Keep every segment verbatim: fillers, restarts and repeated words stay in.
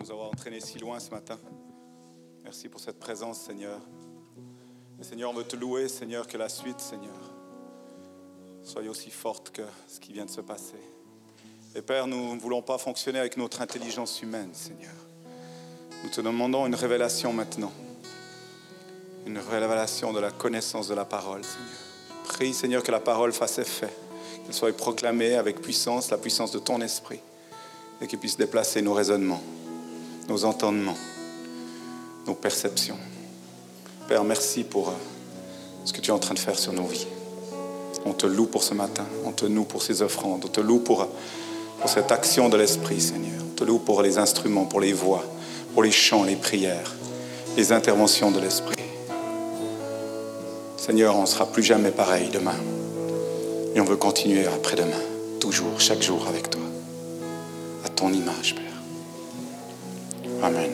nous avoir entraînés si loin ce matin. Merci pour cette présence, Seigneur. Et Seigneur, on veut te louer, Seigneur, que la suite, Seigneur, soit aussi forte que ce qui vient de se passer. Et Père, nous ne voulons pas fonctionner avec notre intelligence humaine, Seigneur. Nous te demandons une révélation maintenant. Une révélation de la connaissance de la parole, Seigneur. Je prie, Seigneur, que la parole fasse effet. Qu'elle soit proclamée avec puissance, la puissance de ton esprit. Et qu'elle puisse déplacer nos raisonnements, nos entendements, nos perceptions. Père, merci pour ce que tu es en train de faire sur nos vies. On te loue pour ce matin. On te loue pour ces offrandes. On te loue pour, pour cette action de l'esprit, Seigneur. On te loue pour les instruments, pour les voix, pour les chants, les prières, les interventions de l'esprit. Seigneur, on ne sera plus jamais pareil demain. Et on veut continuer après-demain, toujours, chaque jour avec toi. À ton image, Père. Amen.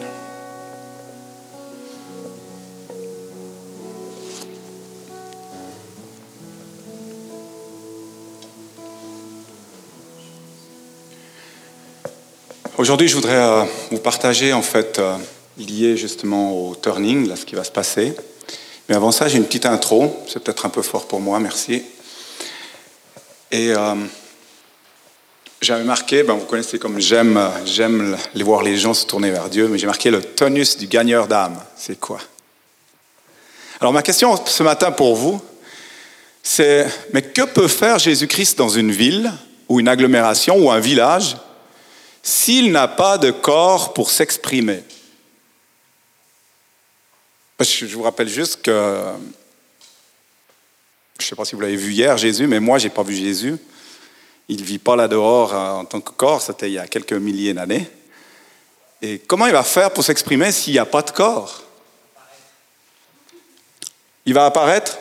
Aujourd'hui, je voudrais euh, vous partager, en fait, euh, lié justement au turning, là, ce qui va se passer. Mais avant ça, j'ai une petite intro. C'est peut-être un peu fort pour moi, merci. Et euh, j'avais marqué, ben vous connaissez comme j'aime, j'aime les voir les gens se tourner vers Dieu, mais j'ai marqué le tonus du gagneur d'âme. C'est quoi? Alors ma question ce matin pour vous, c'est, mais que peut faire Jésus-Christ dans une ville, ou une agglomération, ou un village, s'il n'a pas de corps pour s'exprimer? Je vous rappelle juste que, je ne sais pas si vous l'avez vu hier, Jésus, mais moi, je n'ai pas vu Jésus. Il ne vit pas là dehors en tant que corps, c'était il y a quelques milliers d'années. Et comment il va faire pour s'exprimer s'il n'y a pas de corps? Il va apparaître?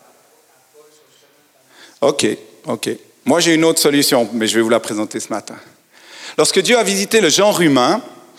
Ok, ok. Moi, j'ai une autre solution, mais je vais vous la présenter ce matin. Lorsque Dieu a visité le genre humain,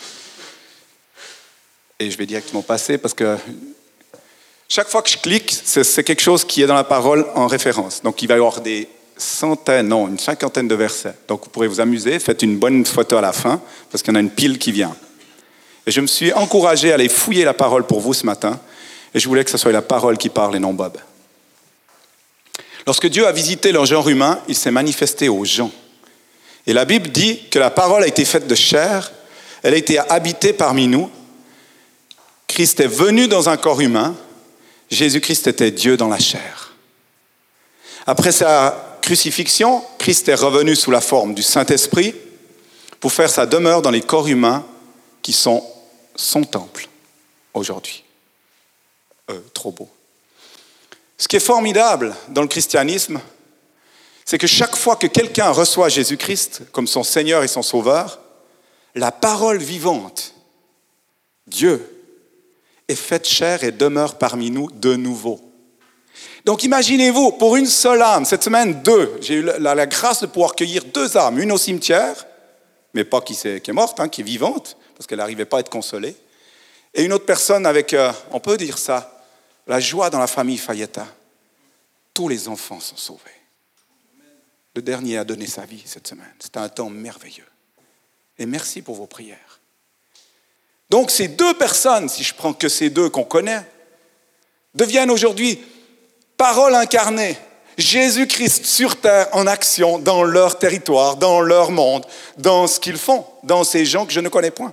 et je vais directement passer parce que chaque fois que je clique, c'est, c'est quelque chose qui est dans la parole en référence. Donc il va y avoir des centaines, non, une cinquantaine de versets. Donc vous pourrez vous amuser, faites une bonne photo à la fin, parce qu'il y en a une pile qui vient. Et je me suis encouragé à aller fouiller la parole pour vous ce matin, et je voulais que ce soit la parole qui parle et non Bob. Lorsque Dieu a visité le genre humain, il s'est manifesté aux gens. Et la Bible dit que la parole a été faite de chair, elle a été habitée parmi nous. Christ est venu dans un corps humain, Jésus-Christ était Dieu dans la chair. Après sa crucifixion, Christ est revenu sous la forme du Saint-Esprit pour faire sa demeure dans les corps humains qui sont son temple aujourd'hui. Euh, trop beau. Ce qui est formidable dans le christianisme, c'est que chaque fois que quelqu'un reçoit Jésus-Christ comme son Seigneur et son Sauveur, la parole vivante, Dieu, est faite chair et demeure parmi nous de nouveau. Donc imaginez-vous, pour une seule âme, cette semaine, deux, j'ai eu la, la grâce de pouvoir cueillir deux âmes, une au cimetière, mais pas qui, qui est morte, hein, qui est vivante, parce qu'elle n'arrivait pas à être consolée, et une autre personne avec, euh, on peut dire ça, la joie dans la famille Fayetta. Tous les enfants sont sauvés. Le dernier a donné sa vie cette semaine. C'était un temps merveilleux. Et merci pour vos prières. Donc ces deux personnes, si je prends que ces deux qu'on connaît, deviennent aujourd'hui parole incarnée, Jésus-Christ sur terre en action dans leur territoire, dans leur monde, dans ce qu'ils font, dans ces gens que je ne connais point.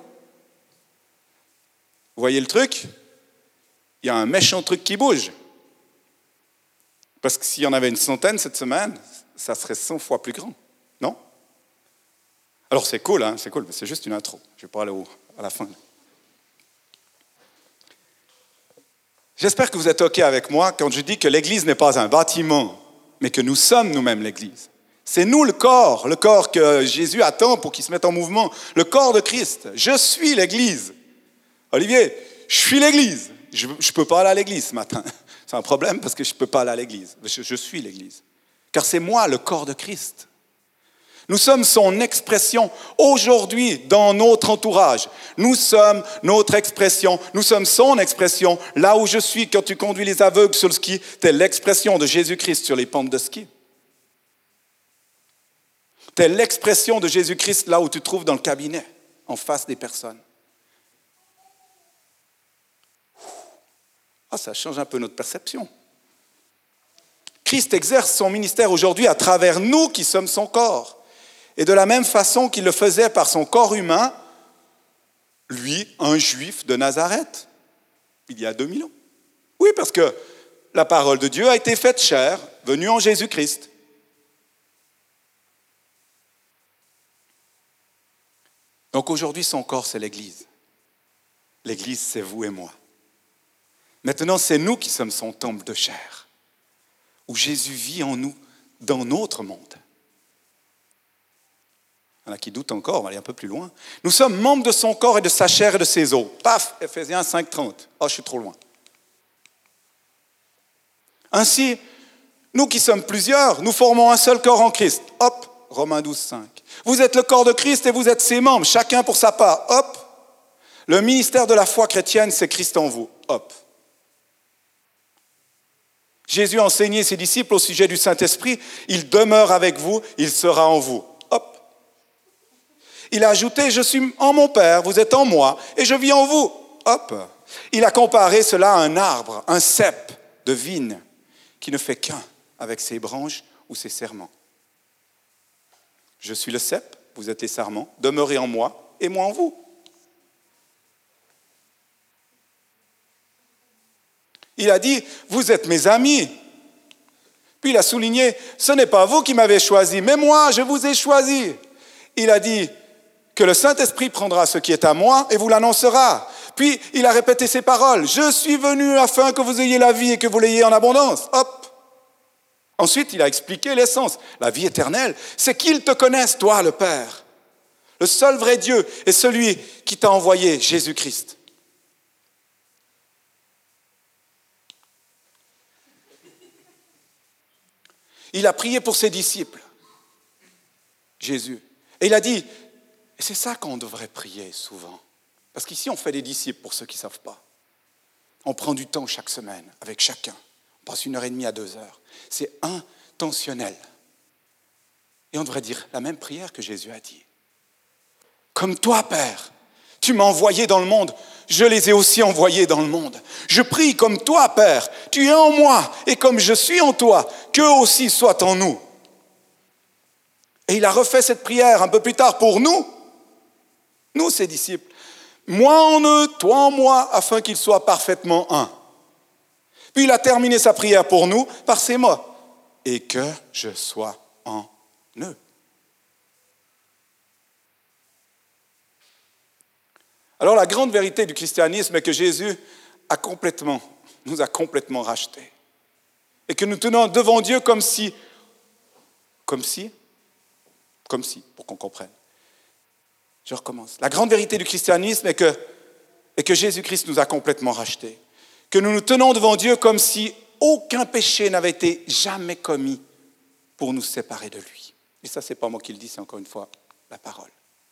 Vous voyez le truc? Il y a un méchant truc qui bouge. Parce que s'il y en avait une centaine cette semaine, ça serait cent fois plus grand, non? Alors c'est cool, hein, c'est cool, mais c'est juste une intro. Je ne vais pas aller au, à la fin. J'espère que vous êtes OK avec moi quand je dis que l'Église n'est pas un bâtiment, mais que nous sommes nous-mêmes l'Église. C'est nous le corps, le corps que Jésus attend pour qu'il se mette en mouvement, le corps de Christ. Je suis l'Église. Olivier, je suis l'Église. Je ne peux pas aller à l'Église ce matin. C'est un problème parce que je ne peux pas aller à l'Église. Je, je suis l'Église. Car c'est moi le corps de Christ. Nous sommes son expression aujourd'hui dans notre entourage. Nous sommes notre expression. Nous sommes son expression. Là où je suis, quand tu conduis les aveugles sur le ski, tu es l'expression de Jésus-Christ sur les pentes de ski. Tu es l'expression de Jésus-Christ là où tu te trouves dans le cabinet, en face des personnes. Ah, ça change un peu notre perception. Christ exerce son ministère aujourd'hui à travers nous qui sommes son corps. Et de la même façon qu'il le faisait par son corps humain, lui, un juif de Nazareth, il y a deux mille ans. Oui, parce que la parole de Dieu a été faite chair, venue en Jésus-Christ. Donc aujourd'hui, son corps, c'est l'Église. L'Église, c'est vous et moi. Maintenant, c'est nous qui sommes son temple de chair, où Jésus vit en nous, dans notre monde. Il y en a qui doutent encore, on va aller un peu plus loin. Nous sommes membres de son corps et de sa chair et de ses os. Paf, Éphésiens cinq trente. Oh, je suis trop loin. Ainsi, nous qui sommes plusieurs, nous formons un seul corps en Christ. Hop, Romains douze cinq. Vous êtes le corps de Christ et vous êtes ses membres, chacun pour sa part. Hop. Le ministère de la foi chrétienne, c'est Christ en vous. Hop. Jésus a enseigné ses disciples au sujet du Saint-Esprit. Il demeure avec vous, il sera en vous. Hop. Il a ajouté, je suis en mon Père, vous êtes en moi, et je vis en vous. Hop. Il a comparé cela à un arbre, un cep de vigne, qui ne fait qu'un avec ses branches ou ses serments. Je suis le cep, vous êtes les sarments, demeurez en moi et moi en vous. Il a dit, vous êtes mes amis. Puis il a souligné, ce n'est pas vous qui m'avez choisi, mais moi, je vous ai choisi. Il a dit que le Saint-Esprit prendra ce qui est à moi et vous l'annoncera. Puis il a répété ces paroles, je suis venu afin que vous ayez la vie et que vous l'ayez en abondance. Hop. Ensuite, il a expliqué l'essence. La vie éternelle, c'est qu'il te connaisse, toi, le Père. Le seul vrai Dieu est celui qui t'a envoyé, Jésus-Christ. Il a prié pour ses disciples, Jésus. Et il a dit, et c'est ça qu'on devrait prier souvent. Parce qu'ici, on fait des disciples pour ceux qui ne savent pas. On prend du temps chaque semaine avec chacun. On passe une heure et demie à deux heures. C'est intentionnel. Et on devrait dire la même prière que Jésus a dit. Comme toi, Père, tu m'as envoyé dans le monde, je les ai aussi envoyés dans le monde. Je prie comme toi, Père, tu es en moi, et comme je suis en toi, qu'eux aussi soient en nous. Et il a refait cette prière un peu plus tard pour nous, nous, ses disciples. Moi en eux, toi en moi, afin qu'ils soient parfaitement un. Puis il a terminé sa prière pour nous par ces mots. Et que je sois en eux. Alors la grande vérité du christianisme est que Jésus a complètement, nous a complètement rachetés. Et que nous tenons devant Dieu comme si, comme si, comme si, pour qu'on comprenne. Je recommence. La grande vérité du christianisme est que, est que Jésus-Christ nous a complètement rachetés. Que nous nous tenons devant Dieu comme si aucun péché n'avait été jamais commis pour nous séparer de lui. Et ça, ce n'est pas moi qui le dis, c'est encore une fois la parole.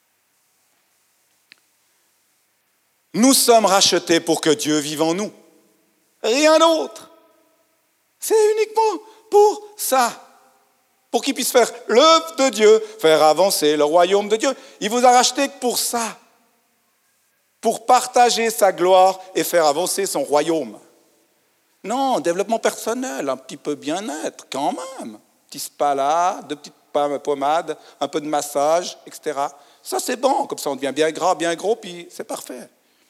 Nous sommes rachetés pour que Dieu vive en nous. Rien d'autre. C'est uniquement pour ça. Pour qu'il puisse faire l'œuvre de Dieu, faire avancer le royaume de Dieu. Il vous a racheté pour ça. Pour partager sa gloire et faire avancer son royaume. Non, développement personnel, un petit peu bien-être, quand même. Petit spa là, deux petites pommades, un peu de massage, et cetera. Ça, c'est bon, comme ça on devient bien gras, bien gros, puis c'est parfait.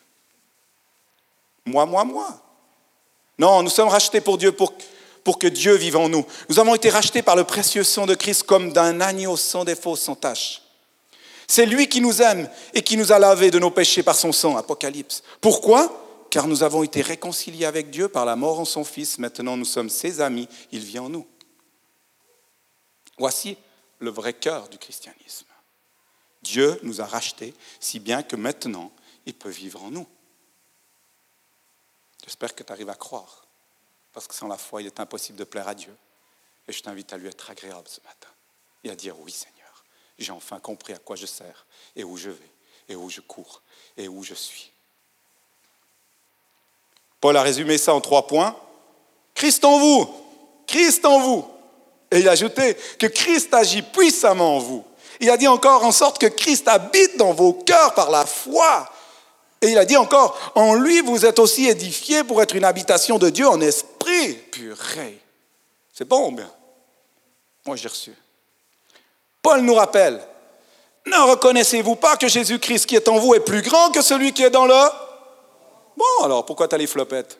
Moi, moi, moi. Non, nous sommes rachetés pour Dieu, pour, pour que Dieu vive en nous. Nous avons été rachetés par le précieux sang de Christ comme d'un agneau sans défaut, sans tache. C'est lui qui nous aime et qui nous a lavés de nos péchés par son sang, Apocalypse. Pourquoi ? Car nous avons été réconciliés avec Dieu par la mort en son Fils. Maintenant, nous sommes ses amis, il vit en nous. Voici le vrai cœur du christianisme. Dieu nous a rachetés, si bien que maintenant, il peut vivre en nous. J'espère que tu arrives à croire, parce que sans la foi, il est impossible de plaire à Dieu. Et je t'invite à lui être agréable ce matin et à dire oui, Seigneur, j'ai enfin compris à quoi je sers et où je vais et où je cours et où je suis. Paul a résumé ça en trois points. Christ en vous, Christ en vous. Et il a ajouté que Christ agit puissamment en vous. Il a dit encore en sorte que Christ habite dans vos cœurs par la foi. Et il a dit encore, en lui vous êtes aussi édifiés pour être une habitation de Dieu en esprit. Purée. C'est bon ou bien? Moi j'ai reçu. Paul nous rappelle, ne reconnaissez-vous pas que Jésus-Christ qui est en vous est plus grand que celui qui est dans le... Bon alors, pourquoi t'as les flopettes?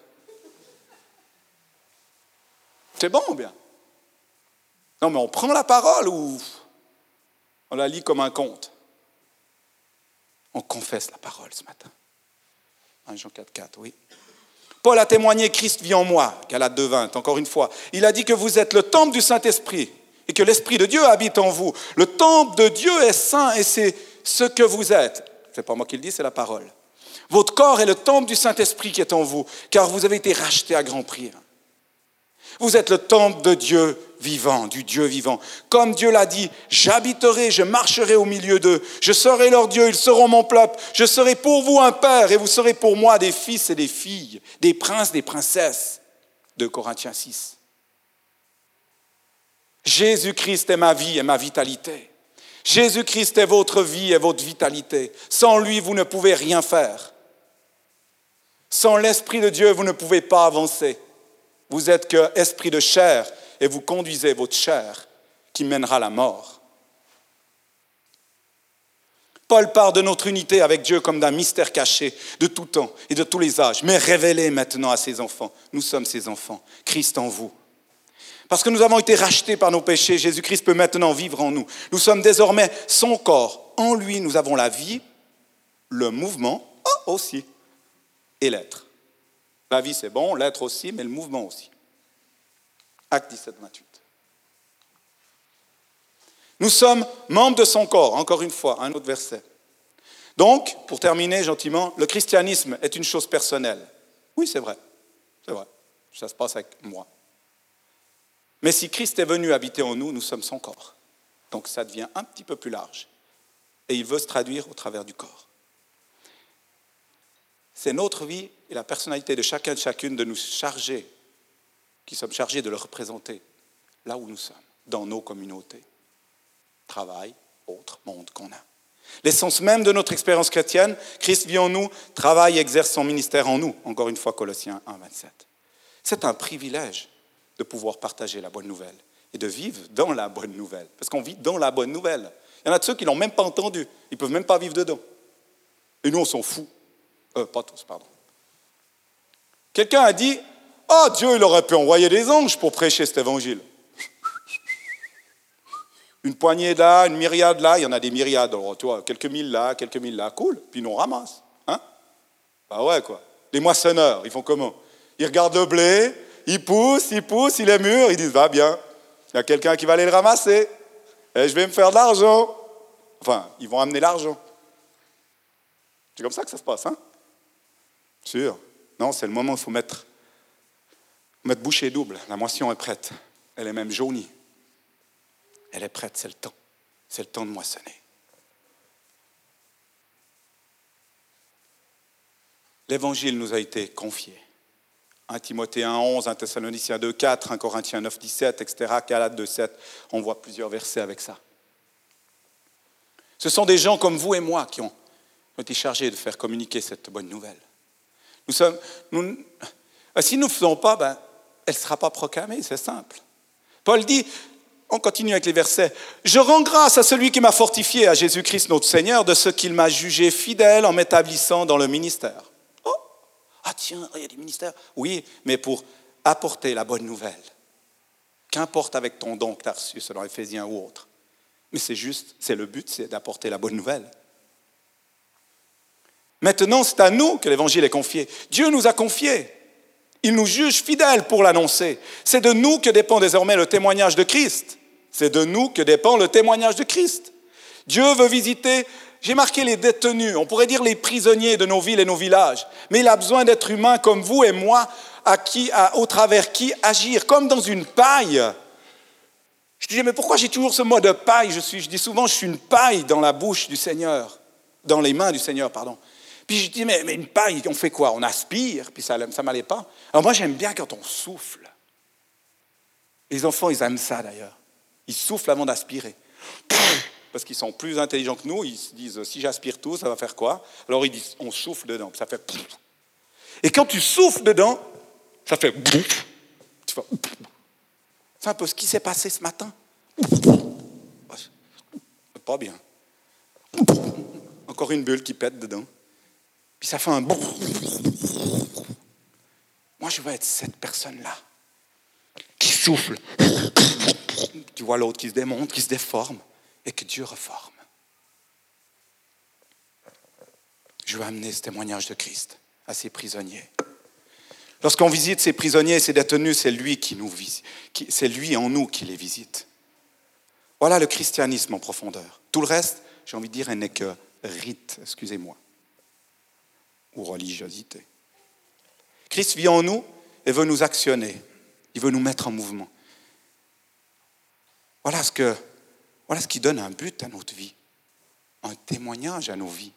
C'est bon ou bien? Non mais on prend la parole ou on la lit comme un conte? On confesse la parole ce matin. un Jean quatre, quatre, oui. Paul a témoigné, Christ vit en moi, Galates deux, vingt, encore une fois. Il a dit que vous êtes le temple du Saint-Esprit et que l'Esprit de Dieu habite en vous. Le temple de Dieu est saint et c'est ce que vous êtes. Ce n'est pas moi qui le dis, c'est la parole. Votre corps est le temple du Saint-Esprit qui est en vous, car vous avez été rachetés à grand prix. Vous êtes le temple de Dieu vivant, du Dieu vivant. Comme Dieu l'a dit, j'habiterai, je marcherai au milieu d'eux. Je serai leur Dieu, ils seront mon peuple. Je serai pour vous un père et vous serez pour moi des fils et des filles, des princes, des princesses. deux Corinthiens six. Jésus-Christ est ma vie et ma vitalité. Jésus-Christ est votre vie et votre vitalité. Sans lui, vous ne pouvez rien faire. Sans l'Esprit de Dieu, vous ne pouvez pas avancer. Vous êtes que esprit de chair et vous conduisez votre chair qui mènera à la mort. Paul parle de notre unité avec Dieu comme d'un mystère caché de tout temps et de tous les âges, mais révélé maintenant à ses enfants. Nous sommes ses enfants, Christ en vous. Parce que nous avons été rachetés par nos péchés, Jésus-Christ peut maintenant vivre en nous. Nous sommes désormais son corps. En lui, nous avons la vie, le mouvement, oh, aussi, et l'être. La vie, c'est bon, l'être aussi, mais le mouvement aussi. Acte dix-sept, vingt-huit. Nous sommes membres de son corps, encore une fois, un autre verset. Donc, pour terminer gentiment, le christianisme est une chose personnelle. Oui, c'est vrai, c'est vrai, ça se passe avec moi. Mais si Christ est venu habiter en nous, nous sommes son corps. Donc ça devient un petit peu plus large. Et il veut se traduire au travers du corps. C'est notre vie et la personnalité de chacun et de chacune de nous charger, qui sommes chargés de le représenter là où nous sommes, dans nos communautés. Travail, autre monde qu'on a. L'essence même de notre expérience chrétienne, Christ vit en nous, travaille et exerce son ministère en nous. Encore une fois, Colossiens un, vingt-sept. C'est un privilège de pouvoir partager la bonne nouvelle et de vivre dans la bonne nouvelle. Parce qu'on vit dans la bonne nouvelle. Il y en a de ceux qui ne l'ont même pas entendu. Ils ne peuvent même pas vivre dedans. Et nous, on s'en fout. Euh, pas tous, pardon. Quelqu'un a dit, « Oh, Dieu, il aurait pu envoyer des anges pour prêcher cet évangile. » Une poignée là, une myriade là, il y en a des myriades. Alors, tu vois, quelques mille là, quelques mille là, cool. Puis nous, on ramasse. Hein? Bah ouais, quoi. Les moissonneurs, ils font comment? Ils regardent le blé, ils poussent, ils poussent, il est mûr, ils disent, va bien, il y a quelqu'un qui va aller le ramasser, et je vais me faire de l'argent. Enfin, ils vont amener l'argent. C'est comme ça que ça se passe, hein? Sûr. Non, c'est le moment où il faut mettre, mettre bouchée double. La moisson est prête. Elle est même jaunie. Elle est prête, c'est le temps. C'est le temps de moissonner. L'évangile nous a été confié. un Timothée un, onze, un Thessaloniciens deux, quatre, un Corinthiens neuf, dix-sept, et cetera, Galates deux, sept. On voit plusieurs versets avec ça. Ce sont des gens comme vous et moi qui ont été chargés de faire communiquer cette bonne nouvelle. Nous sommes, nous, si nous ne le faisons pas, ben, elle ne sera pas proclamée, c'est simple. Paul dit, on continue avec les versets, « Je rends grâce à celui qui m'a fortifié, à Jésus-Christ notre Seigneur, de ce qu'il m'a jugé fidèle en m'établissant dans le ministère. » Oh, ah tiens, il y a des ministères. Oui, mais pour apporter la bonne nouvelle. Qu'importe avec ton don que tu as reçu, selon Éphésiens ou autre. Mais c'est juste, c'est le but, c'est d'apporter la bonne nouvelle. Maintenant, c'est à nous que l'évangile est confié. Dieu nous a confié. Il nous juge fidèles pour l'annoncer. C'est de nous que dépend désormais le témoignage de Christ. C'est de nous que dépend le témoignage de Christ. Dieu veut visiter, j'ai marqué les détenus, on pourrait dire les prisonniers de nos villes et nos villages. Mais il a besoin d'êtres humains comme vous et moi, à qui, à, au travers qui agir, comme dans une paille. Je disais, mais pourquoi j'ai toujours ce mot de paille? je, suis, je dis souvent, je suis une paille dans la bouche du Seigneur, dans les mains du Seigneur, pardon. Puis je dis, mais, mais une paille, on fait quoi? On aspire, puis ça ne m'allait pas. Alors moi, j'aime bien quand on souffle. Les enfants, ils aiment ça d'ailleurs. Ils soufflent avant d'aspirer. parce qu'ils sont plus intelligents que nous. Ils se disent, si j'aspire tout, ça va faire quoi? Alors ils disent, on souffle dedans, ça fait... Et quand tu souffles dedans, ça fait... C'est un peu ce qui s'est passé ce matin. Pas bien. Encore une bulle qui pète dedans. Puis ça fait un... Moi, je veux être cette personne-là qui souffle. Tu vois l'autre qui se démonte, qui se déforme, et que Dieu reforme. Je veux amener ce témoignage de Christ à ces prisonniers. Lorsqu'on visite ces prisonniers et ces détenus, c'est lui qui nous visite, c'est lui en nous qui les visite. Voilà le christianisme en profondeur. Tout le reste, j'ai envie de dire, n'est que rite, excusez-moi, ou religiosité. Christ vit en nous et veut nous actionner. Il veut nous mettre en mouvement. Voilà ce, que, voilà ce qui donne un but à notre vie, un témoignage à nos vies.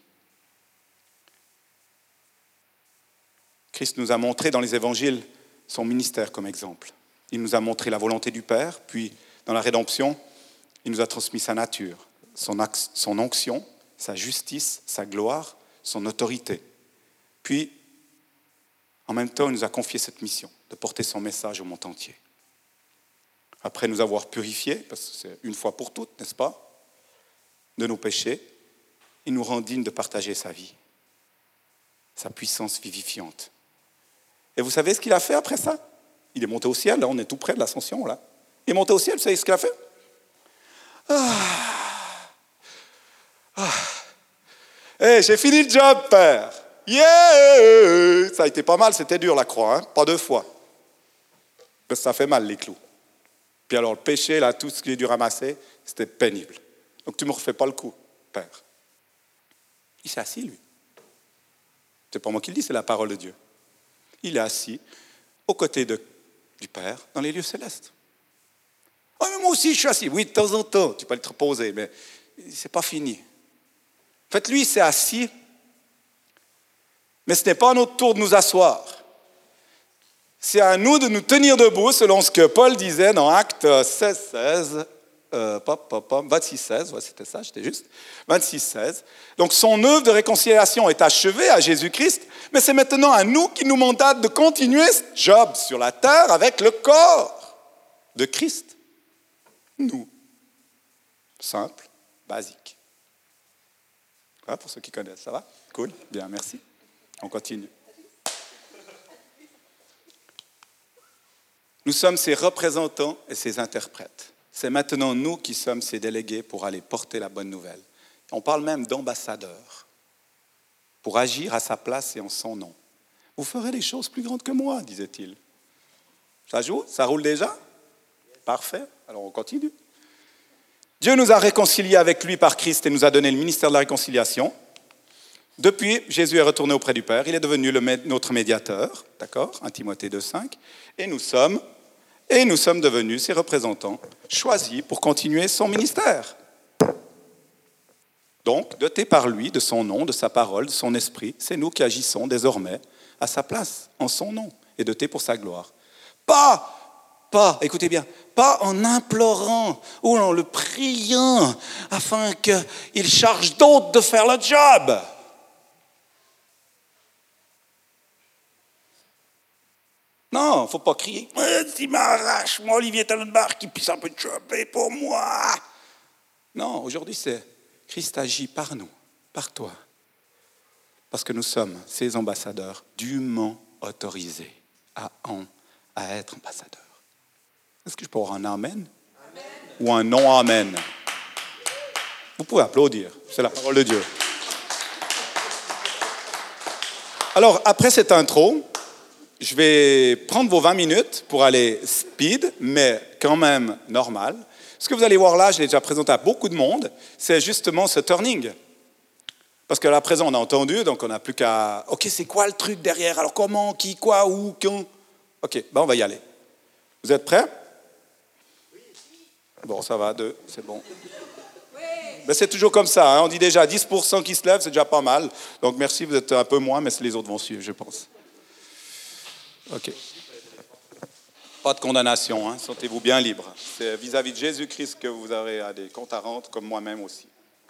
Christ nous a montré dans les évangiles son ministère comme exemple. Il nous a montré la volonté du Père, puis dans la rédemption, il nous a transmis sa nature, son, axe, son onction, sa justice, sa gloire, son autorité. Puis, en même temps, il nous a confié cette mission de porter son message au monde entier. Après nous avoir purifiés, parce que c'est une fois pour toutes, n'est-ce pas, de nos péchés, il nous rend dignes de partager sa vie, sa puissance vivifiante. Et vous savez ce qu'il a fait après ça? Il est monté au ciel, là, on est tout près de l'ascension, là. Il est monté au ciel, vous savez ce qu'il a fait? Ah. Ah. Hey, j'ai fini le job, Père. Yeah! Ça a été pas mal, c'était dur la croix, hein? Pas deux fois. Parce que ça fait mal les clous. Puis alors le péché, là, tout ce qu'il a dû ramasser, c'était pénible. Donc tu ne me refais pas le coup, Père. Il s'est assis, lui. C'est pas moi qui le dis, c'est la parole de Dieu. Il est assis aux côtés de, du Père dans les lieux célestes. Oh, mais moi aussi, je suis assis. Oui, de temps en temps, tu peux te reposer, mais c'est pas fini. En fait, lui, il s'est assis, mais ce n'est pas à notre tour de nous asseoir. C'est à nous de nous tenir debout, selon ce que Paul disait dans Actes seize, seize, euh, pop, pop, pop, vingt-six, seize, ouais, c'était ça, j'étais juste, vingt-six, seize. Donc son œuvre de réconciliation est achevée à Jésus-Christ, mais c'est maintenant à nous qui nous mandate de continuer ce job sur la terre avec le corps de Christ. Nous. Simple, basique. Voilà, pour ceux qui connaissent, ça va? Cool, bien, merci. On continue. Nous sommes ses représentants et ses interprètes. C'est maintenant nous qui sommes ses délégués pour aller porter la bonne nouvelle. On parle même d'ambassadeurs, pour agir à sa place et en son nom. Vous ferez des choses plus grandes que moi, disait-il. Ça joue? Ça roule déjà? Parfait, alors on continue. Dieu nous a réconciliés avec lui par Christ et nous a donné le ministère de la réconciliation. Depuis, Jésus est retourné auprès du Père, il est devenu le, notre médiateur, d'accord, un Timothée deux, cinq, et nous sommes, et nous sommes devenus ses représentants, choisis pour continuer son ministère. Donc, dotés par lui, de son nom, de sa parole, de son esprit, c'est nous qui agissons désormais à sa place, en son nom, et dotés pour sa gloire. Pas, pas, écoutez bien, pas en implorant ou en le priant afin qu'il charge d'autres de faire le job. Non, il ne faut pas crier. « m'arrache, moi, Olivier Talonbar, qui puisse un peu de job pour moi. » Non, aujourd'hui, c'est Christ agit par nous, par toi. Parce que nous sommes ses ambassadeurs dûment autorisés à, en, à être ambassadeurs. Est-ce que je peux avoir un amen, amen. Ou un non-amen? Vous pouvez applaudir, c'est la parole de Dieu. Alors, après cette intro, je vais prendre vos vingt minutes pour aller speed, mais quand même normal. Ce que vous allez voir là, je l'ai déjà présenté à beaucoup de monde, c'est justement ce turning. Parce que là, à présent, on a entendu, donc on n'a plus qu'à... OK, c'est quoi le truc derrière? Alors comment, qui, quoi, où, quand? OK, ben on va y aller. Vous êtes prêts? Bon, ça va, deux, c'est bon. Ben, c'est toujours comme ça, hein. On dit déjà dix pour cent qui se lèvent, c'est déjà pas mal. Donc merci, vous êtes un peu moins, mais les autres vont suivre, je pense. OK. Pas de condamnation, hein. Sentez-vous bien libre. C'est vis-à-vis de Jésus-Christ que vous aurez des comptes à rendre, comme moi-même aussi.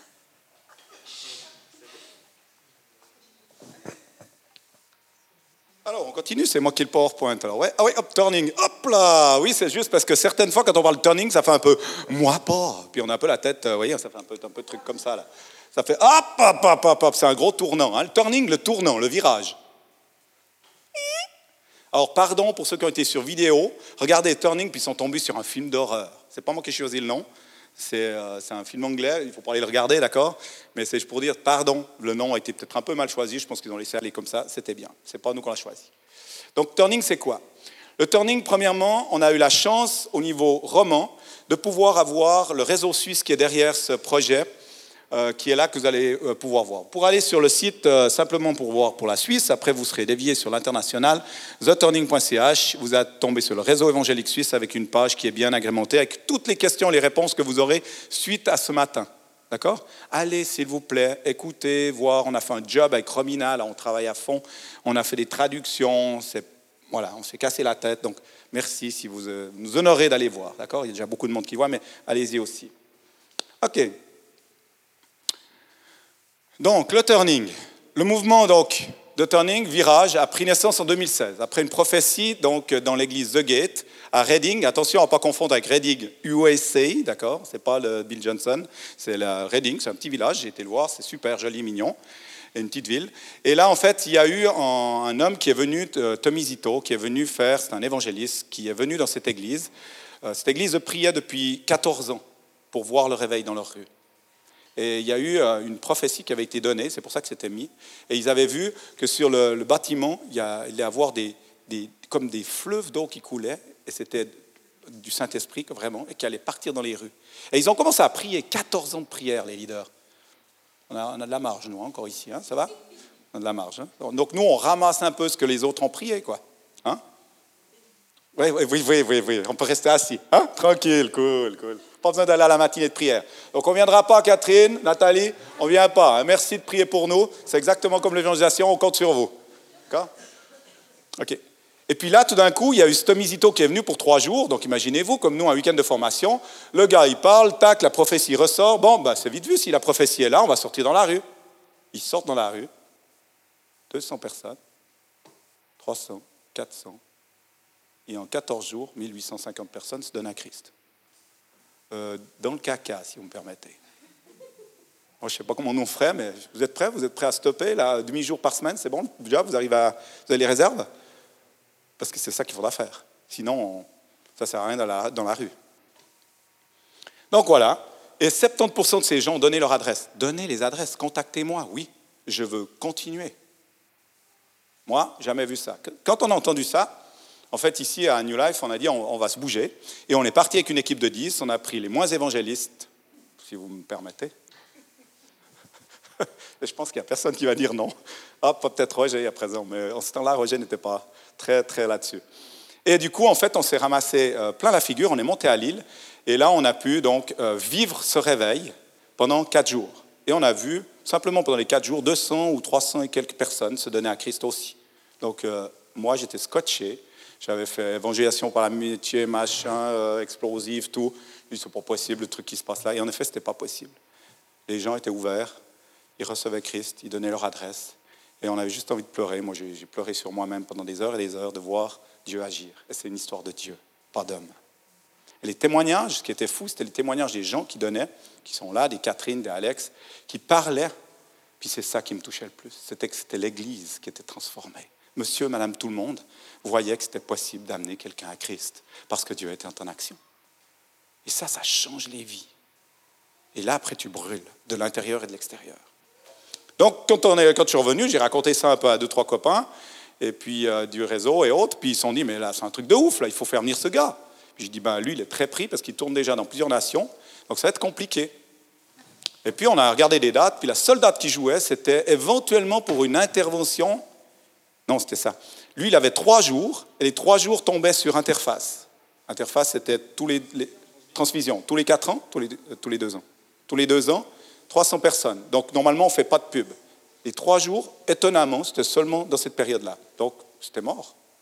Alors, on continue, c'est moi qui ai le PowerPoint. Alors, ouais. Ah oui, hop, turning, hop là. Oui, c'est juste parce que certaines fois, quand on parle de turning, ça fait un peu « moi pas ». Puis on a un peu la tête, vous voyez, ça fait un peu, un peu de truc comme ça, là. Ça fait « hop, hop, hop, hop, hop ». C'est un gros tournant. Hein. Le turning, le tournant, le virage. Alors, pardon pour ceux qui ont été sur vidéo. Regardez Turning, puis ils sont tombés sur un film d'horreur. C'est pas moi qui ai choisi le nom. C'est, euh, c'est un film anglais. Il faut pas aller le regarder, d'accord? Mais c'est pour dire, pardon, le nom a été peut-être un peu mal choisi. Je pense qu'ils ont laissé aller comme ça. C'était bien. C'est pas nous qu'on l'a choisi. Donc, Turning, c'est quoi? Le Turning, premièrement, on a eu la chance, au niveau roman, de pouvoir avoir le réseau suisse qui est derrière ce projet, Euh, qui est là que vous allez euh, pouvoir voir. Pour aller sur le site, euh, simplement pour voir pour la Suisse, après vous serez dévié sur l'international, the turning point c h, vous êtes tombé sur le réseau évangélique suisse avec une page qui est bien agrémentée, avec toutes les questions et les réponses que vous aurez suite à ce matin. D'accord? Allez, s'il vous plaît, écoutez, voir. On a fait un job avec Romina, là, on travaille à fond. On a fait des traductions, c'est, voilà, on s'est cassé la tête. Donc, merci si vous euh, nous honorez d'aller voir. D'accord? Il y a déjà beaucoup de monde qui voit, mais allez-y aussi. OK. Donc, le turning, le mouvement donc, de turning, virage, a pris naissance en deux mille seize, après une prophétie donc, dans l'église The Gate, à Reading. Attention à ne pas confondre avec Reading, U S A, d'accord? Ce n'est pas le Bill Johnson, c'est la Reading, c'est un petit village, j'ai été le voir, c'est super joli, mignon, et une petite ville. Et là, en fait, il y a eu un, un homme qui est venu, euh, Tommy Zito, qui est venu faire, c'est un évangéliste, qui est venu dans cette église. Euh, cette église priait depuis quatorze ans pour voir le réveil dans leur rue. Et il y a eu une prophétie qui avait été donnée, c'est pour ça que c'était mis. Et ils avaient vu que sur le, le bâtiment, il, y a, il allait y avoir des, des, comme des fleuves d'eau qui coulaient, et c'était du Saint-Esprit, vraiment, et qui allait partir dans les rues. Et ils ont commencé à prier, quatorze ans de prière, les leaders. On a, on a de la marge, nous, hein, encore ici, hein, ça va? On a de la marge. Hein. Donc nous, on ramasse un peu ce que les autres ont prié, quoi. Hein? Oui, oui, oui, oui, oui, oui, on peut rester assis. Hein? Tranquille, cool, cool. Pas besoin d'aller à la matinée de prière. Donc on ne viendra pas, Catherine, Nathalie, on ne vient pas. Hein? Merci de prier pour nous. C'est exactement comme l'évangélisation, on compte sur vous. D'accord? OK. Et puis là, tout d'un coup, il y a eu ce Tommy Zito qui est venu pour trois jours. Donc imaginez-vous, comme nous, un week-end de formation. Le gars, il parle, tac, la prophétie ressort. Bon, ben, c'est vite vu, si la prophétie est là, on va sortir dans la rue. Ils sortent dans la rue. deux cents personnes, trois cents, quatre cents. Et en quatorze jours, mille huit cent cinquante personnes se donnent à Christ. Euh, dans le caca, si vous me permettez. Moi, je ne sais pas comment on ferait, mais vous êtes prêts? Vous êtes prêts à stopper, là, demi-jour par semaine? C'est bon? Déjà, vous arrivez à... Vous avez les réserves? Parce que c'est ça qu'il faudra faire. Sinon, on... ça ne sert à rien dans la, dans la rue. Donc, voilà. Et soixante-dix pour cent de ces gens ont donné leur adresse. Donnez les adresses, contactez-moi. Oui, je veux continuer. Moi, jamais vu ça. Quand on a entendu ça, en fait, ici, à New Life, on a dit on, on va se bouger. Et on est parti avec une équipe de dix. On a pris les moins évangélistes, si vous me permettez. Je pense qu'il n'y a personne qui va dire non. Ah, peut-être Roger à présent, mais en ce temps-là, Roger n'était pas très, très là-dessus. Et du coup, en fait, on s'est ramassé euh, plein la figure. On est monté à Lille. Et là, on a pu donc euh, vivre ce réveil pendant quatre jours. Et on a vu, simplement pendant les quatre jours, deux cents ou trois cents et quelques personnes se donner à Christ aussi. Donc, euh, moi, j'étais scotché. J'avais fait évangélisation par l'amitié, machin, euh, explosif, tout. Je dis, c'est pas possible, le truc qui se passe là. Et en effet, c'était pas possible. Les gens étaient ouverts, ils recevaient Christ, ils donnaient leur adresse. Et on avait juste envie de pleurer. Moi, j'ai, j'ai pleuré sur moi-même pendant des heures et des heures de voir Dieu agir. Et c'est une histoire de Dieu, pas d'homme. Et les témoignages, ce qui était fou, c'était les témoignages des gens qui donnaient, qui sont là, des Catherine, des Alex, qui parlaient. Puis c'est ça qui me touchait le plus. C'était que c'était l'Église qui était transformée. Monsieur, madame, tout le monde voyait que c'était possible d'amener quelqu'un à Christ parce que Dieu était en action. Et ça, ça change les vies. Et là, après, tu brûles de l'intérieur et de l'extérieur. Donc, quand, on est, quand je suis revenu, j'ai raconté ça un peu à deux, trois copains, et puis euh, du réseau et autres, puis ils se sont dit, mais là, c'est un truc de ouf, là, il faut faire venir ce gars. Puis je dis, ben lui, il est très pris parce qu'il tourne déjà dans plusieurs nations, donc ça va être compliqué. Et puis, on a regardé des dates, puis la seule date qui jouait, c'était éventuellement pour une intervention. Non, c'était ça. Lui, il avait trois jours, et les trois jours tombaient sur Interface. Interface, c'était tous les, les transmissions, tous les quatre ans, tous les, euh, tous les deux ans. Tous les deux ans, trois cents personnes. Donc, normalement, on ne fait pas de pub. Les trois jours, étonnamment, c'était seulement dans cette période-là. Donc, c'était mort.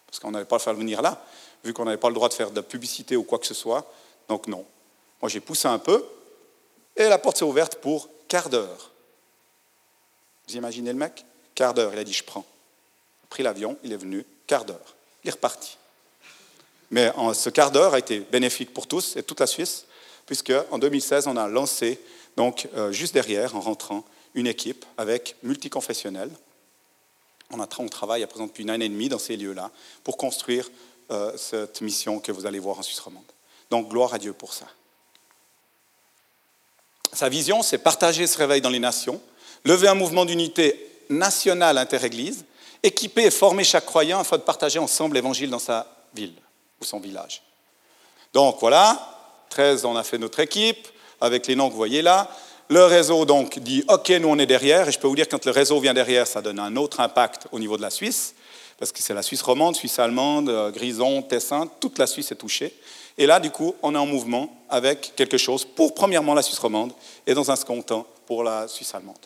parce qu'on n'allait pas le faire venir là, vu qu'on n'avait pas le droit de faire de publicité ou quoi que ce soit. Donc non. Moi, j'ai poussé un peu, et la porte s'est ouverte pour quart d'heure. Vous imaginez le mec? Quart d'heure, il a dit, je prends. Il a pris l'avion, il est venu, quart d'heure. Il est reparti. Mais en, ce quart d'heure a été bénéfique pour tous et toute la Suisse, puisque en deux mille seize, on a lancé, donc euh, juste derrière, en rentrant, une équipe avec multiconfessionnels. On, a, on travaille à présent depuis une année et demie dans ces lieux-là pour construire euh, cette mission que vous allez voir en Suisse romande. Donc, gloire à Dieu pour ça. Sa vision, c'est partager ce réveil dans les nations, lever un mouvement d'unité nationale inter-église, équiper et former chaque croyant afin de partager ensemble l'évangile dans sa ville ou son village. Donc voilà, treize, on a fait notre équipe, avec les noms que vous voyez là. Le réseau donc dit « Ok, nous on est derrière », et je peux vous dire quand le réseau vient derrière, ça donne un autre impact au niveau de la Suisse, parce que c'est la Suisse romande, Suisse allemande, Grison, Tessin, toute la Suisse est touchée. Et là, du coup, on est en mouvement avec quelque chose pour, premièrement, la Suisse romande, et dans un second temps, pour la Suisse allemande.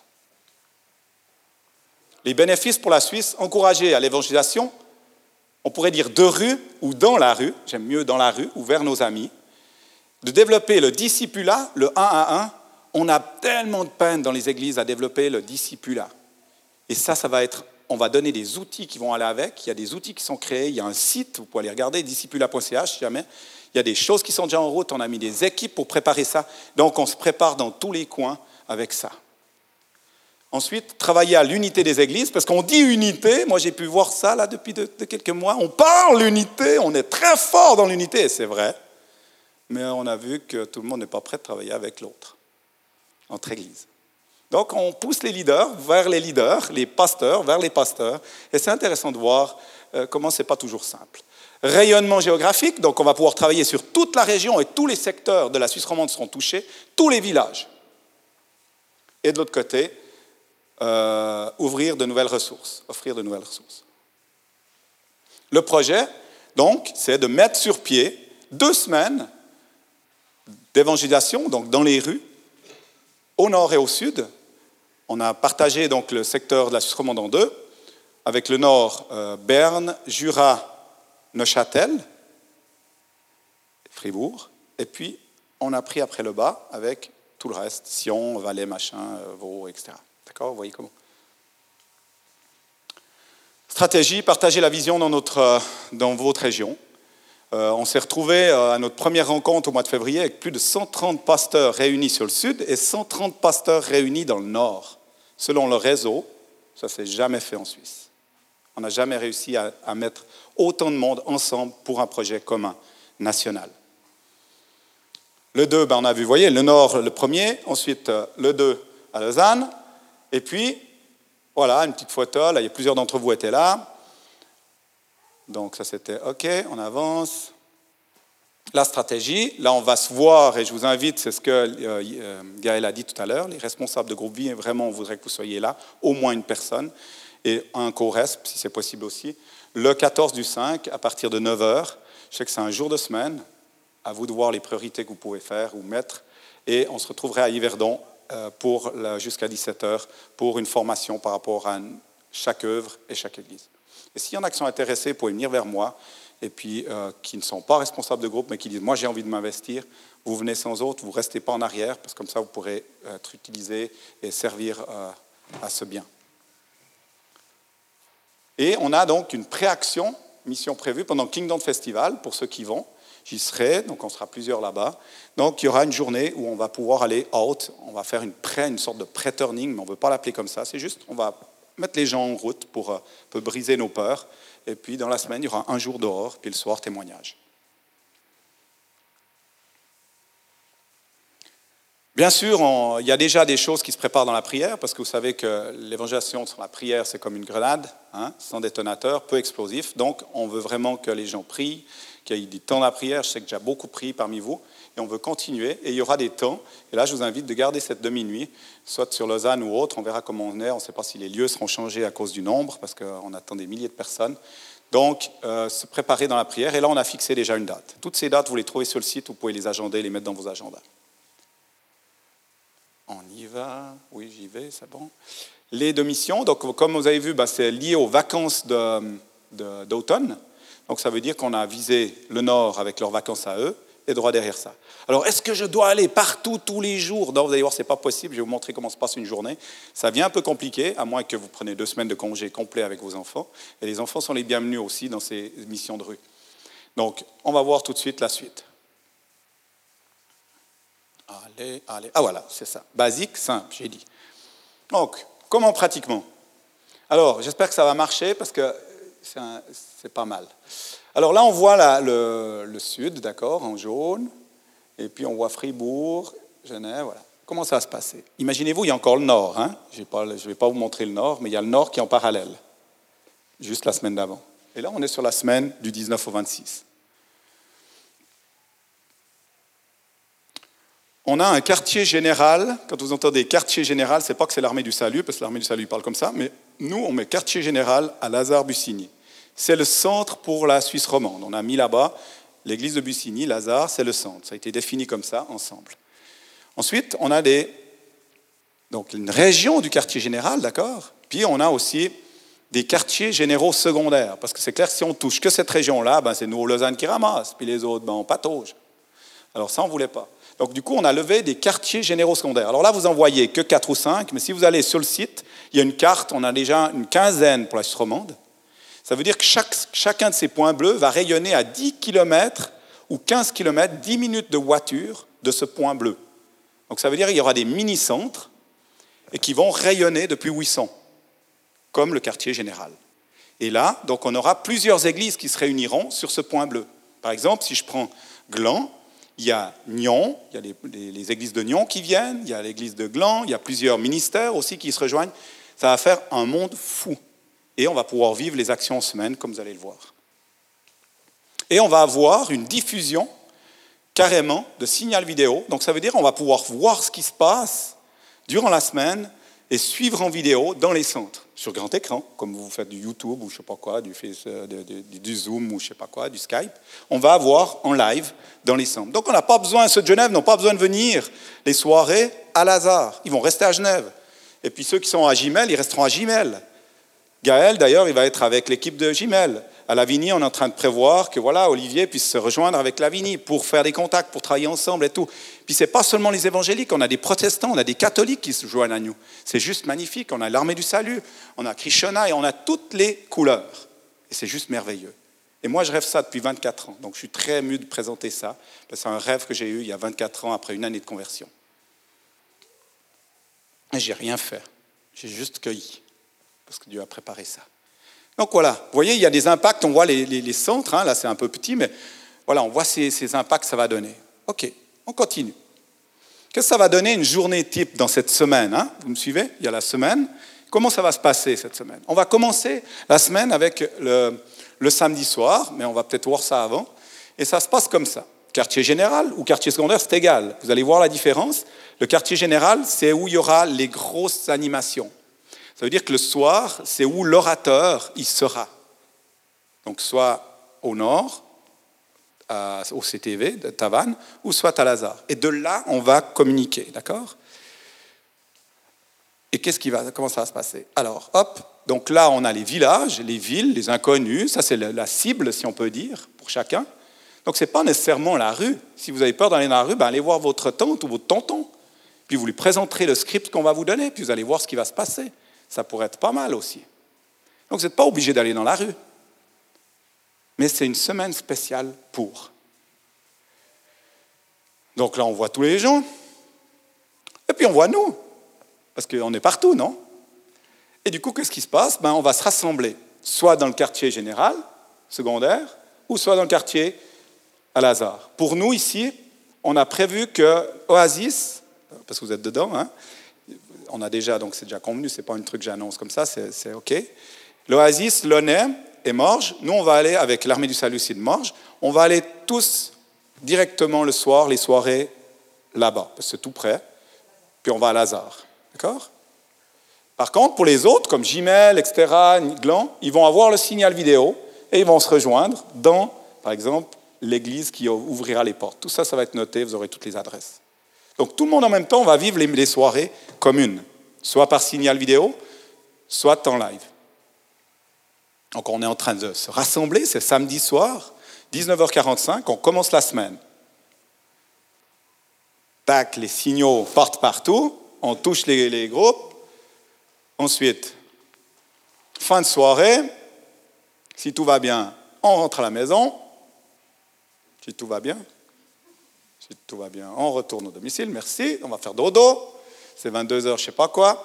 Les bénéfices pour la Suisse, encourager à l'évangélisation, on pourrait dire de rue ou dans la rue, j'aime mieux dans la rue ou vers nos amis, de développer le discipulat, le un à un. On a tellement de peine dans les églises à développer le discipulat. Et ça, ça va être, on va donner des outils qui vont aller avec. Il y a des outils qui sont créés, il y a un site, vous pouvez aller regarder, discipula point c h si jamais. Il y a des choses qui sont déjà en route, on a mis des équipes pour préparer ça. Donc on se prépare dans tous les coins avec ça. Ensuite, travailler à l'unité des églises, parce qu'on dit unité, moi j'ai pu voir ça là depuis de, de quelques mois, on parle l'unité, on est très fort dans l'unité, et c'est vrai, mais on a vu que tout le monde n'est pas prêt de travailler avec l'autre, entre églises. Donc on pousse les leaders vers les leaders, les pasteurs vers les pasteurs, et c'est intéressant de voir euh, comment ce n'est pas toujours simple. Rayonnement géographique, donc on va pouvoir travailler sur toute la région, et tous les secteurs de la Suisse romande seront touchés, tous les villages. Et de l'autre côté, Euh, ouvrir de nouvelles ressources, offrir de nouvelles ressources. Le projet, donc, c'est de mettre sur pied deux semaines d'évangélisation, donc dans les rues, au nord et au sud. On a partagé donc le secteur de la Suisse romande en deux, avec le nord, euh, Berne, Jura, Neuchâtel, Fribourg, et puis on a pris après le bas avec tout le reste, Sion, Valais, machin, Vaud, et cetera. D'accord, vous voyez comment. Stratégie, partager la vision dans, notre, dans votre région. Euh, on s'est retrouvés à notre première rencontre au mois de février avec plus de cent trente pasteurs réunis sur le sud et cent trente pasteurs réunis dans le nord. Selon le réseau, ça ne s'est jamais fait en Suisse. On n'a jamais réussi à, à mettre autant de monde ensemble pour un projet commun, national. Le deux, ben on a vu, vous voyez, le nord le premier, ensuite le deux à Lausanne. Et puis, voilà, une petite photo, là, il y a plusieurs d'entre vous étaient là. Donc ça c'était OK, on avance. La stratégie, là on va se voir, et je vous invite, c'est ce que euh, Gaël a dit tout à l'heure, les responsables de groupe vie, vraiment on voudrait que vous soyez là, au moins une personne, et un co-resp, si c'est possible aussi. Le quatorze du cinq, à partir de neuf heures, je sais que c'est un jour de semaine, à vous de voir les priorités que vous pouvez faire ou mettre, et on se retrouverait à Yverdon pour jusqu'à dix-sept heures pour une formation par rapport à chaque œuvre et chaque église. Et s'il y en a qui sont intéressés, vous pouvez venir vers moi, et puis euh, qui ne sont pas responsables de groupe, mais qui disent « moi j'ai envie de m'investir », vous venez sans autre, vous ne restez pas en arrière, parce que comme ça vous pourrez être utilisé et servir euh, à ce bien. Et on a donc une préaction, mission prévue pendant le Kingdom Festival, pour ceux qui vont. J'y serai, donc on sera plusieurs là-bas. Donc il y aura une journée où on va pouvoir aller out, on va faire une pré, une sorte de pré-turning, mais on ne veut pas l'appeler comme ça, c'est juste, on va mettre les gens en route pour euh, peu briser nos peurs. Et puis dans la semaine, il y aura un jour dehors, puis le soir, témoignage. Bien sûr, on, il y a déjà des choses qui se préparent dans la prière, parce que vous savez que l'évangélisation sur la prière, c'est comme une grenade, hein, sans détonateur, peu explosif. Donc on veut vraiment que les gens prient, qu'il y ait du temps de la prière. Je sais que j'ai beaucoup prié parmi vous, et on veut continuer, et il y aura des temps. Et là, je vous invite de garder cette demi-nuit, soit sur Lausanne ou autre, on verra comment on est, on ne sait pas si les lieux seront changés à cause du nombre, parce qu'on attend des milliers de personnes. Donc, euh, se préparer dans la prière, et là, on a fixé déjà une date. Toutes ces dates, vous les trouvez sur le site, vous pouvez les agender, les mettre dans vos agendas. On y va, oui, j'y vais, c'est bon. Les deux missions, donc comme vous avez vu, bah, c'est lié aux vacances de, de, d'automne. Donc ça veut dire qu'on a visé le nord avec leurs vacances à eux, et droit derrière ça. Alors, est-ce que je dois aller partout, tous les jours? Non, vous allez voir, ce n'est pas possible. Je vais vous montrer comment se passe une journée. Ça devient un peu compliqué, à moins que vous preniez deux semaines de congé complet avec vos enfants. Et les enfants sont les bienvenus aussi dans ces missions de rue. Donc, on va voir tout de suite la suite. Allez, allez. Ah voilà, c'est ça. Basique, simple, j'ai dit. Donc, comment pratiquement? Alors, j'espère que ça va marcher parce que c'est, un, c'est pas mal. Alors là, on voit la, le, le sud, d'accord, en jaune. Et puis, on voit Fribourg, Genève, voilà. Comment ça va se passer? Imaginez-vous, il y a encore le nord. Hein? Je ne vais pas vous montrer le nord, mais il y a le nord qui est en parallèle. Juste la semaine d'avant. Et là, on est sur la semaine du dix-neuf au vingt-six. On a un quartier général. Quand vous entendez quartier général, ce n'est pas que c'est l'armée du salut, parce que l'armée du salut parle comme ça, mais nous, on met quartier général à Lazare-Bussigny. C'est le centre pour la Suisse romande. On a mis là-bas l'église de Bussigny, Lazare, c'est le centre. Ça a été défini comme ça, ensemble. Ensuite, on a des, donc une région du quartier général, d'accord? Puis on a aussi des quartiers généraux secondaires. Parce que c'est clair que si on touche que cette région-là, ben c'est nous, Lausanne, qui ramasse. Puis les autres, ben on patauge. Alors ça, on ne voulait pas. Donc du coup, on a levé des quartiers généraux secondaires. Alors là, vous en voyez que quatre ou cinq, mais si vous allez sur le site, il y a une carte, on a déjà une quinzaine pour la Suisse romande. Ça veut dire que chaque, chacun de ces points bleus va rayonner à dix kilomètres ou quinze kilomètres, dix minutes de voiture de ce point bleu. Donc ça veut dire qu'il y aura des mini-centres et qui vont rayonner depuis où ils sont, comme le quartier général. Et là, donc on aura plusieurs églises qui se réuniront sur ce point bleu. Par exemple, si je prends Gland, il y a Nyon, il y a les, les, les églises de Nyon qui viennent, il y a l'église de Gland, il y a plusieurs ministères aussi qui se rejoignent. Ça va faire un monde fou. Et on va pouvoir vivre les actions en semaine, comme vous allez le voir. Et on va avoir une diffusion carrément de signal vidéo. Donc ça veut dire qu'on va pouvoir voir ce qui se passe durant la semaine et suivre en vidéo dans les centres, sur grand écran, comme vous faites du YouTube ou je ne sais pas quoi, du, face, du, du Zoom ou je ne sais pas quoi, du Skype. On va avoir en live dans les centres. Donc on n'a pas besoin, ceux de Genève n'ont pas besoin de venir les soirées à Lazare. Ils vont rester à Genève. Et puis ceux qui sont à Gimel, ils resteront à Gimel. Gaël, d'ailleurs, il va être avec l'équipe de Gimel. À Lavigny, on est en train de prévoir que voilà, Olivier puisse se rejoindre avec Lavigny pour faire des contacts, pour travailler ensemble et tout. Puis ce n'est pas seulement les évangéliques, on a des protestants, on a des catholiques qui se joignent à nous. C'est juste magnifique. On a l'armée du salut, on a Krishna et on a toutes les couleurs. Et c'est juste merveilleux. Et moi, je rêve ça depuis vingt-quatre ans. Donc je suis très ému de présenter ça. Parce que c'est un rêve que j'ai eu il y a vingt-quatre ans après une année de conversion. Et j'ai rien fait. J'ai juste cueilli. Parce que Dieu a préparé ça. Donc voilà, vous voyez, il y a des impacts, on voit les, les, les centres, hein, là c'est un peu petit, mais voilà, on voit ces, ces impacts que ça va donner. Ok, on continue. Qu'est-ce que ça va donner une journée type dans cette semaine, hein? Vous me suivez? Il y a la semaine. Comment ça va se passer cette semaine? On va commencer la semaine avec le, le samedi soir, mais on va peut-être voir ça avant, et ça se passe comme ça. Quartier général ou quartier secondaire, c'est égal. Vous allez voir la différence. Le quartier général, c'est où il y aura les grosses animations. Ça veut dire que le soir, c'est où l'orateur il sera. Donc soit au nord, à, au C T V de Tavannes, ou soit à Lazare. Et de là, on va communiquer, d'accord? Et qu'est-ce qui va, comment ça va se passer? Alors, hop, donc là, on a les villages, les villes, les inconnus. Ça, c'est la cible, si on peut dire, pour chacun. Donc, ce n'est pas nécessairement la rue. Si vous avez peur d'aller dans la rue, ben, allez voir votre tante ou votre tonton. Puis vous lui présenterez le script qu'on va vous donner, puis vous allez voir ce qui va se passer. Ça pourrait être pas mal aussi. Donc, vous n'êtes pas obligé d'aller dans la rue. Mais c'est une semaine spéciale pour. Donc là, on voit tous les gens. Et puis, on voit nous. Parce qu'on est partout, non? Et du coup, qu'est-ce qui se passe? Ben, on va se rassembler, soit dans le quartier général, secondaire, ou soit dans le quartier à Lazare. Pour nous, ici, on a prévu que Oasis, parce que vous êtes dedans, hein, on a déjà, donc c'est déjà convenu, c'est pas un truc que j'annonce comme ça, c'est, c'est OK. L'Oasis, Launay et Morges, nous on va aller avec l'Armée du Salut aussi de Morges, on va aller tous directement le soir, les soirées là-bas, parce que c'est tout près, puis on va à Lazare, d'accord? Par contre, pour les autres, comme Gimel, et cetera, Gland, ils vont avoir le signal vidéo et ils vont se rejoindre dans, par exemple, l'église qui ouvrira les portes. Tout ça, ça va être noté, vous aurez toutes les adresses. Donc tout le monde en même temps va vivre les, les soirées communes, soit par signal vidéo, soit en live. Donc on est en train de se rassembler, c'est samedi soir, dix-neuf heures quarante-cinq, on commence la semaine. Tac, les signaux partent partout, on touche les, les groupes. Ensuite, fin de soirée, si tout va bien, on rentre à la maison. Si tout va bien, si tout va bien, on retourne au domicile, merci, on va faire dodo, c'est vingt-deux heures, je ne sais pas quoi.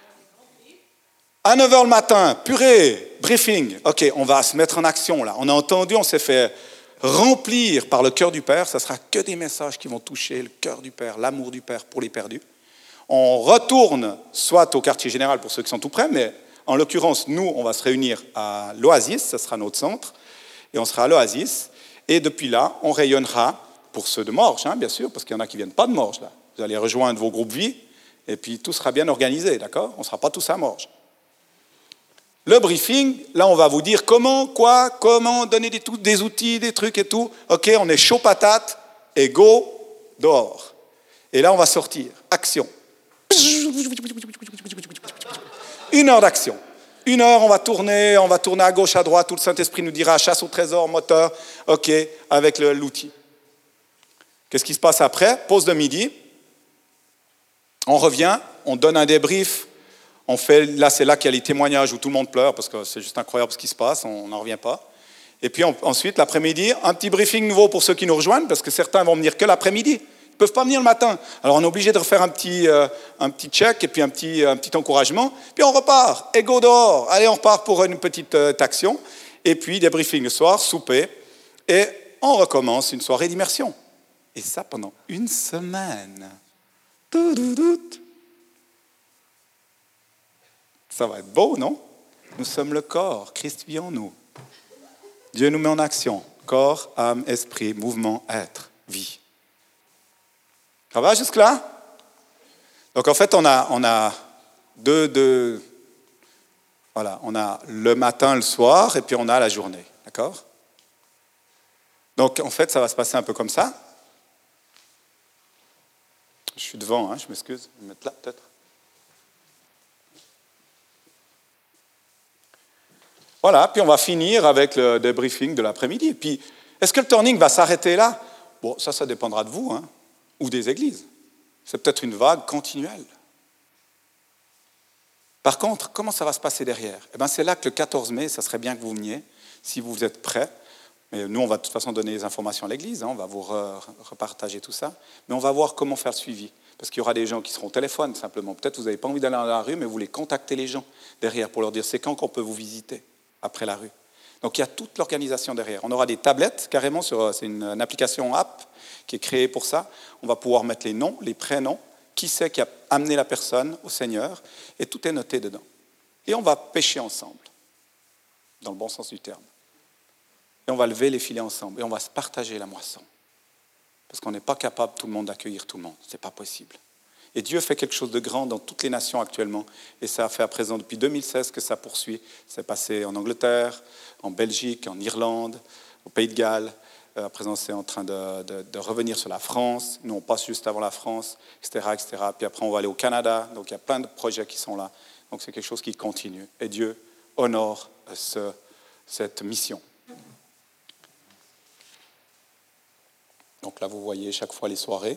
À neuf heures le matin, purée, briefing. Ok, on va se mettre en action là. On a entendu, on s'est fait remplir par le cœur du Père. Ça ne sera que des messages qui vont toucher le cœur du Père, l'amour du Père pour les perdus. On retourne soit au quartier général pour ceux qui sont tout près, mais en l'occurrence, nous, on va se réunir à l'Oasis, ce sera notre centre, et on sera à l'Oasis. Et depuis là, on rayonnera pour ceux de Morges, hein, bien sûr, parce qu'il y en a qui ne viennent pas de Morges là. Vous allez rejoindre vos groupes vie, et puis tout sera bien organisé, d'accord ? On ne sera pas tous à Morges. Le briefing, là, on va vous dire comment, quoi, comment, donner des, tout, des outils, des trucs et tout. Ok, on est chaud patate et go dehors. Et là, on va sortir. Action. Une heure d'action. Une heure, on va tourner, on va tourner à gauche, à droite. Tout le Saint-Esprit nous dira chasse au trésor, moteur. Ok, avec le, l'outil. Qu'est-ce qui se passe après ? Pause de midi. On revient, on donne un débrief. On fait, là, c'est là qu'il y a les témoignages où tout le monde pleure parce que c'est juste incroyable ce qui se passe, on n'en revient pas. Et puis on, ensuite, l'après-midi, un petit briefing nouveau pour ceux qui nous rejoignent parce que certains vont venir que l'après-midi. Ils ne peuvent pas venir le matin. Alors on est obligé de refaire un petit, euh, un petit check et puis un petit, un petit encouragement. Puis on repart, et go dehors. Allez, on repart pour une petite euh, action. Et puis des briefings le soir, souper. Et on recommence une soirée d'immersion. Et ça pendant une semaine. Toudoudou. Ça va être beau, non ? Nous sommes le corps, Christ vit en nous. Dieu nous met en action. Corps, âme, esprit, mouvement, être, vie. Ça va jusque-là ? Donc en fait, on a, on a deux, deux... Voilà, on a le matin, le soir, et puis on a la journée. D'accord ? Donc en fait, ça va se passer un peu comme ça. Je suis devant, hein, je m'excuse. Je vais me mettre là, peut-être. Voilà, puis on va finir avec le débriefing de l'après-midi. Puis, est-ce que le turning va s'arrêter là ? Bon, ça, ça dépendra de vous, hein, ou des églises. C'est peut-être une vague continuelle. Par contre, comment ça va se passer derrière ? Eh bien, c'est là que le quatorze mai, ça serait bien que vous veniez, si vous êtes prêts. Mais nous, on va de toute façon donner les informations à l'église, hein, on va vous re- repartager tout ça. Mais on va voir comment faire le suivi. Parce qu'il y aura des gens qui seront au téléphone, simplement. Peut-être que vous n'avez pas envie d'aller dans la rue, mais vous voulez contacter les gens derrière pour leur dire c'est quand qu'on peut vous visiter après la rue. Donc il y a toute l'organisation derrière. On aura des tablettes carrément, sur, c'est une, une application app qui est créée pour ça. On va pouvoir mettre les noms, les prénoms, qui c'est qui a amené la personne au Seigneur, et tout est noté dedans. Et on va pêcher ensemble, dans le bon sens du terme. Et on va lever les filets ensemble, et on va se partager la moisson. Parce qu'on n'est pas capable, tout le monde, d'accueillir tout le monde. Ce n'est pas possible. Et Dieu fait quelque chose de grand dans toutes les nations actuellement. Et ça a fait à présent depuis deux mille seize que ça poursuit. C'est passé en Angleterre, en Belgique, en Irlande, au Pays de Galles. À présent, c'est en train de, de, de revenir sur la France. Nous, on passe juste avant la France, et cetera, et cetera. Puis après, on va aller au Canada. Donc, il y a plein de projets qui sont là. Donc, c'est quelque chose qui continue. Et Dieu honore ce, cette mission. Donc là, vous voyez chaque fois les soirées.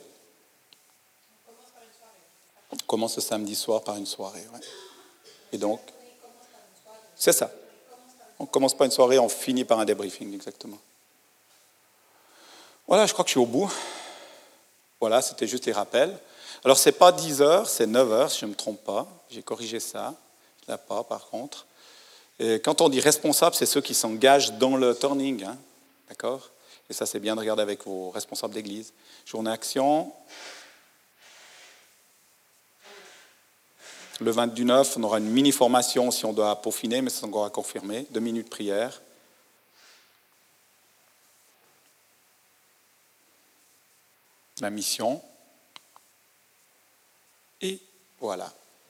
On commence le samedi soir par une soirée. Ouais. Et donc, c'est ça. On commence par une soirée, on finit par un débriefing, exactement. Voilà, je crois que je suis au bout. Voilà, c'était juste les rappels. Alors, ce n'est pas dix heures, c'est neuf heures, si je ne me trompe pas. J'ai corrigé ça. Je ne l'ai pas, par contre. Et quand on dit responsable, c'est ceux qui s'engagent dans le turning. Hein, d'accord ? Et ça, c'est bien de regarder avec vos responsables d'église. Journée action. Le vingt-neuf, on aura une mini-formation si on doit peaufiner, mais c'est encore à confirmer. Deux minutes de prière. La mission. Et voilà.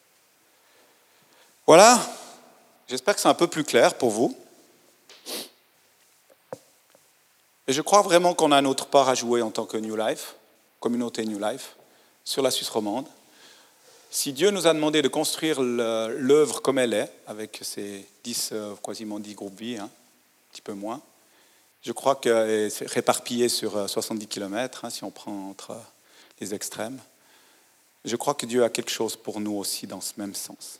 Voilà. J'espère que c'est un peu plus clair pour vous. Et je crois vraiment qu'on a notre part à jouer en tant que New Life, communauté New Life, sur la Suisse romande. Si Dieu nous a demandé de construire le- l'œuvre comme elle est, avec ses dix, euh, quasiment dix groupes vie, hein, un petit peu moins, je crois que c'est réparpillé sur euh, soixante-dix kilomètres, hein, si on prend entre euh, les extrêmes. Je crois que Dieu a quelque chose pour nous aussi dans ce même sens.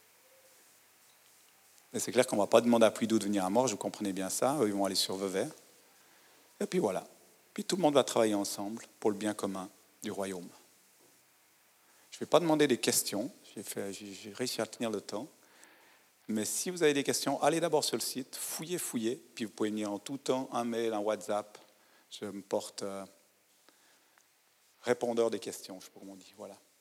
Et c'est clair qu'on ne va pas demander à Puydou de venir à Morges, vous comprenez bien ça, eux, ils vont aller sur Vevey. Et puis voilà. Puis tout le monde va travailler ensemble pour le bien commun du royaume. Je ne vais pas demander des questions, j'ai, fait, j'ai, j'ai réussi à tenir le temps. Mais si vous avez des questions, allez d'abord sur le site, fouillez, fouillez, puis vous pouvez venir en tout temps, un mail, un WhatsApp. Je me porte euh, répondeur des questions, je sais pas comment on dit, voilà.